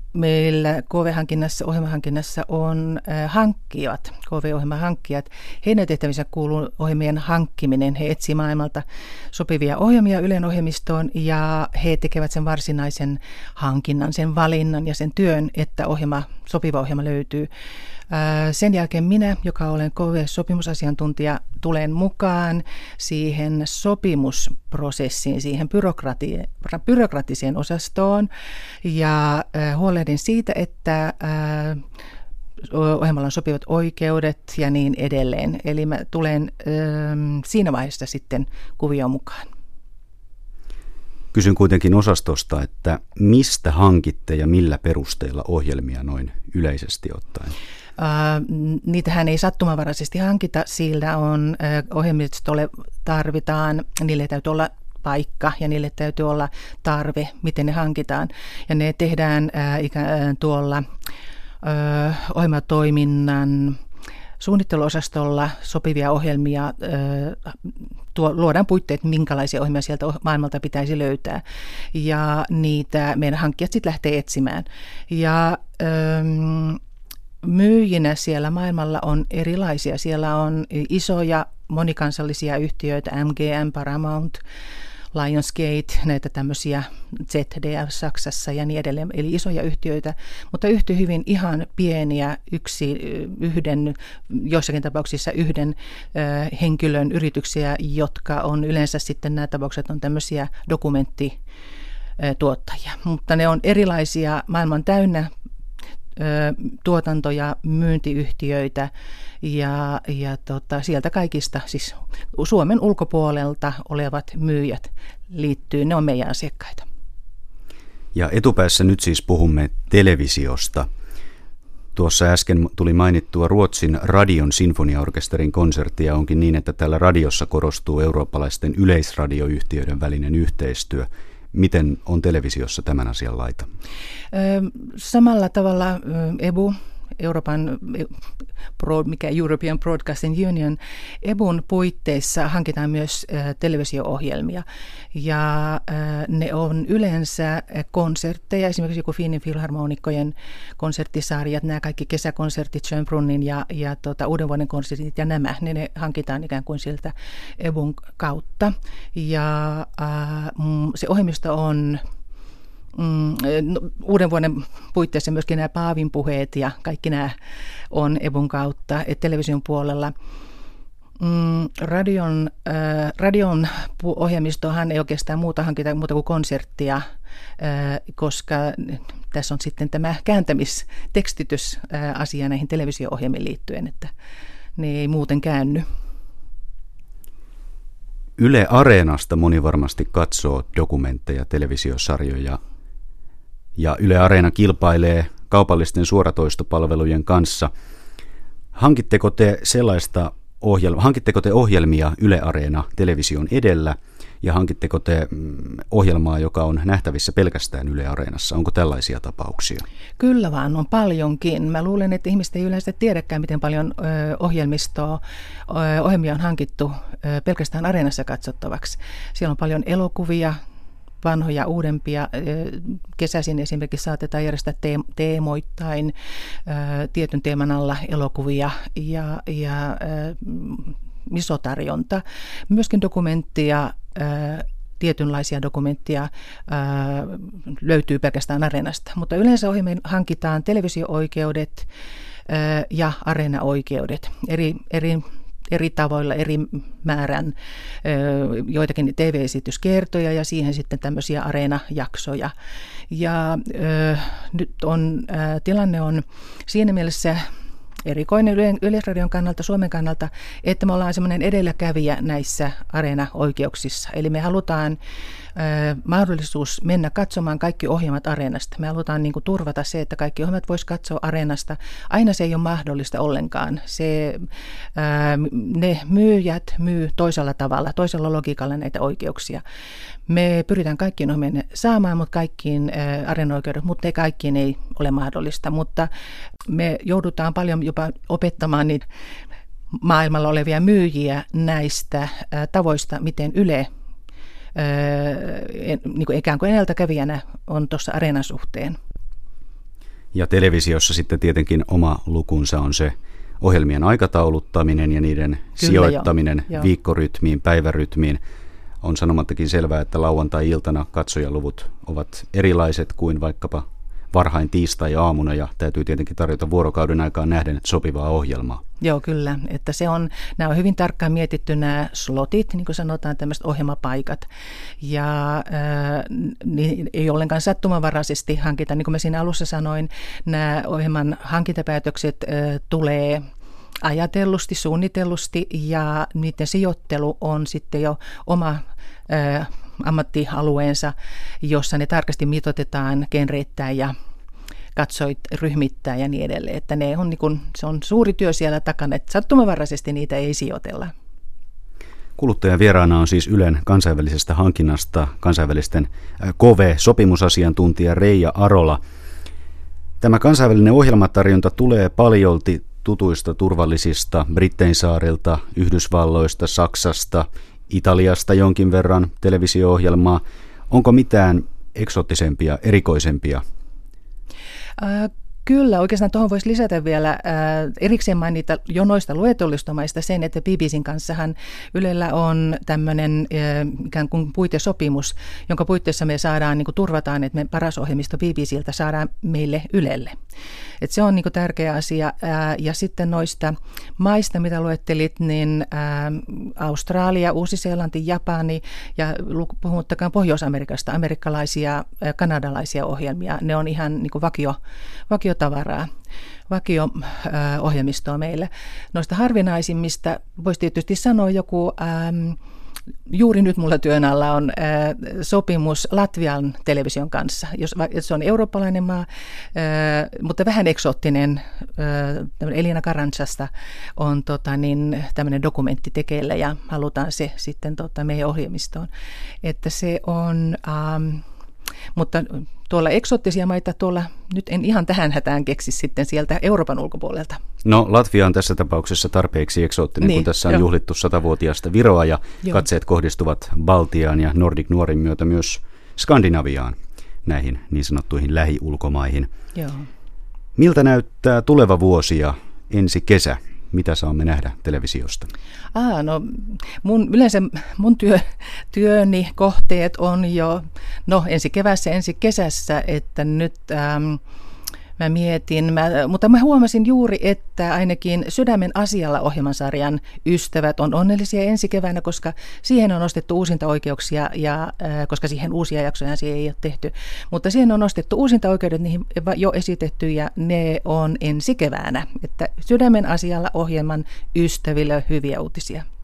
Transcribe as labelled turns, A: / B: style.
A: meillä KV-hankinnassa, ohjelmahankinnassa on hankkijat, KV-ohjelmahankkijat. Heidän tehtävissä kuuluu ohjelmien hankkiminen. He etsivät maailmalta sopivia ohjelmia Ylen ohjelmistoon ja he tekevät sen varsinaisen hankinnan, sen valinnan ja sen työn, että sopiva ohjelma löytyy. Sen jälkeen minä, joka olen KV-sopimusasiantuntija, tulen mukaan siihen sopimusprosessiin, siihen byrokratiseen osastoon ja huolehdin siitä, että ohjelmalla on sopivat oikeudet ja niin edelleen. Eli mä tulen siinä vaiheessa sitten kuvioon mukaan.
B: Kysyn kuitenkin osastosta, että mistä hankitte ja millä perusteella ohjelmia noin yleisesti ottaen?
A: Niitähän ei sattumanvaraisesti hankita, sillä on ohjelmistolle tarvitaan, niille täytyy olla paikka ja niille täytyy olla tarve, miten ne hankitaan. Ja ne tehdään tuolla ohjelmatoiminnan suunnitteluosastolla sopivia ohjelmia, luodaan puitteet, minkälaisia ohjelmia sieltä maailmalta pitäisi löytää. Ja niitä meidän hankkijat sitten lähtee etsimään. Ja myyjinä siellä maailmalla on erilaisia. Siellä on isoja monikansallisia yhtiöitä, MGM, Paramount, Lionsgate, näitä tämmöisiä ZDF Saksassa ja niin edelleen, eli isoja yhtiöitä, mutta yhtä hyvin ihan pieniä joissakin tapauksissa yhden henkilön yrityksiä, jotka on yleensä sitten nämä tapaukset on tämmöisiä dokumenttituottajia, mutta ne on erilaisia, maailman täynnä tuotanto- ja myyntiyhtiöitä ja sieltä kaikista, siis Suomen ulkopuolelta olevat myyjät liittyy, ne on meidän asiakkaita.
B: Ja etupäässä nyt siis puhumme televisiosta. Tuossa äsken tuli mainittua Ruotsin radion sinfoniaorkesterin konsertti ja onkin niin, että täällä radiossa korostuu eurooppalaisten yleisradioyhtiöiden välinen yhteistyö. Miten on televisiossa tämän asian laita?
A: Samalla tavalla EBU, European Broadcasting Union, EBUn puitteissa hankitaan myös televisio-ohjelmia. Ja ne on yleensä konsertteja, esimerkiksi joku Finnin filharmonikkojen konserttisarjat, nämä kaikki kesäkonsertit, Schönbrunnin ja uuden vuoden konsertit ja ne hankitaan ikään kuin siltä EBUn kautta. Ja se ohjelmisto on uuden vuoden puitteissa myöskin nämä Paavin puheet ja kaikki nämä on EBUn kautta. Television puolella radion ohjelmistohan ei oikeastaan muuta hankita muuta kuin konserttia, koska tässä on sitten tämä kääntämistekstitysasia näihin televisio-ohjelmiin liittyen, että ne ei muuten käänny.
B: Yle Areenasta moni varmasti katsoo dokumentteja, televisiosarjoja ja Yle Areena kilpailee kaupallisten suoratoistopalvelujen kanssa. Hankitteko te ohjelmia Yle Areena television edellä ja hankitteko te ohjelmaa, joka on nähtävissä pelkästään Yle Areenassa? Onko tällaisia tapauksia?
A: Kyllä vaan, on paljonkin. Mä luulen, että ihmiset ei yleensä tiedäkään, miten paljon ohjelmia on hankittu pelkästään Areenassa katsottavaksi. Siellä on paljon elokuvia, vanhoja, uudempia. Kesäisin esimerkiksi saatetaan järjestää teemoittain tietyn teeman alla elokuvia ja iso tarjonta. Myöskin dokumenttia, tietynlaisia dokumentteja löytyy pelkästään Areenasta, mutta yleensä ohjelmiin hankitaan televisio-oikeudet ja Areena-oikeudet eri tavoilla, eri määrän, joitakin TV-esityskertoja ja siihen sitten tämmöisiä Areena-jaksoja. Ja nyt tilanne on siinä mielessä erikoinen Yleisradion kannalta, Suomen kannalta, että me ollaan semmoinen edelläkävijä näissä Areena-oikeuksissa. Eli me halutaan mahdollisuus mennä katsomaan kaikki ohjelmat Areenasta. Me halutaan niin kuin turvata se, että kaikki ohjelmat voisi katsoa Areenasta. Aina se ei ole mahdollista ollenkaan. Ne myyjät myy toisella tavalla, toisella logiikalla näitä oikeuksia. Me pyritään kaikkiin ohjelmien saamaan, mutta kaikkiin Areena-oikeudet, mutta ne kaikkiin ei ole mahdollista. Mutta me joudutaan paljon jopa opettamaan niitä maailmalla olevia myyjiä näistä tavoista, miten Yle niin kuin ikään kuin edeltäkävijänä on tuossa Areenan suhteen.
B: Ja televisiossa sitten tietenkin oma lukunsa on se ohjelmien aikatauluttaminen ja niiden sijoittaminen viikkorytmiin, päivärytmiin. On sanomattakin selvää, että lauantai-iltana katsojaluvut ovat erilaiset kuin vaikkapa varhain tiistai-aamuna ja täytyy tietenkin tarjota vuorokauden aikaan nähden sopivaa ohjelmaa.
A: Joo, kyllä. Että nämä on hyvin tarkkaan mietitty nämä slotit, niin kuin sanotaan, tämmöiset ohjelmapaikat. Ja niin ei ollenkaan sattumanvaraisesti hankita. Niin kuin mä siinä alussa sanoin, nämä ohjelman hankintapäätökset tulee ajatellusti, suunnitellusti ja niiden sijoittelu on sitten jo oma ammattialueensa, jossa ne tarkasti mitoitetaan genreittäin ja katsoit ryhmittää ja niin edelleen. Että se on suuri työ siellä takana, että sattumanvaraisesti niitä ei sijoitella.
B: Kuluttajan vieraana on siis Ylen kansainvälisestä hankinnasta kansainvälisten KV-sopimusasiantuntija Reija Arola. Tämä kansainvälinen ohjelmatarjonta tulee paljolti tutuista turvallisista Britteinsaarilta, Yhdysvalloista, Saksasta, Italiasta jonkin verran televisio-ohjelmaa. Onko mitään eksoottisempia, erikoisempia?
A: Kyllä, oikeastaan tuohon voisi lisätä vielä erikseen mainita jo noista luetteloista maista sen, että BBCn kanssahan Ylellä on tämmöinen ikään kuin puitesopimus, jonka puitteissa me saadaan, niin kuin turvataan, että me paras ohjelmisto BBCltä saadaan meille Ylelle. Et se on niin kuin tärkeä asia. Ja sitten noista maista, mitä luettelit, niin Australia, Uusi-Seelanti, Japani ja puhumattakaan Pohjois-Amerikasta, amerikkalaisia, kanadalaisia ohjelmia, ne on ihan niin kuin vakiotavaraa, vakio-ohjelmistoa meille. Noista harvinaisimmista voisi tietysti sanoa joku, juuri nyt mulla työn alla on sopimus Latvian television kanssa. Se on eurooppalainen maa, mutta vähän eksoottinen. Elina Karantsasta on tämmöinen dokumentti tekeillä ja halutaan se sitten meidän ohjelmistoon. Että se on... Mutta tuolla eksoottisia maita, nyt en ihan tähän hätään keksi sitten sieltä Euroopan ulkopuolelta.
B: No Latvia on tässä tapauksessa tarpeeksi eksoottinen, niin, kun tässä on juhlittu 100-vuotiaasta Viroa ja katseet kohdistuvat Baltiaan ja Nordic Nuorin myötä myös Skandinaviaan, näihin niin sanottuihin lähiulkomaihin.
A: Joo.
B: Miltä näyttää tuleva vuosi ja ensi kesä? Mitä saamme nähdä televisiosta?
A: Yleensä mun työni kohteet on jo ensi kevässä, ensi kesässä, että nyt mä mietin, mutta mä huomasin juuri, että ainakin Sydämen asialla -ohjelmasarjan ystävät on onnellisia ensi keväänä, koska siihen on nostettu uusintaoikeuksia, ja koska siihen uusia jaksoja ei ole tehty. Mutta siihen on nostettu uusintaoikeudet, niihin jo esitetty, ja ne on ensi keväänä. Että Sydämen asialla -ohjelman ystäville hyviä uutisia.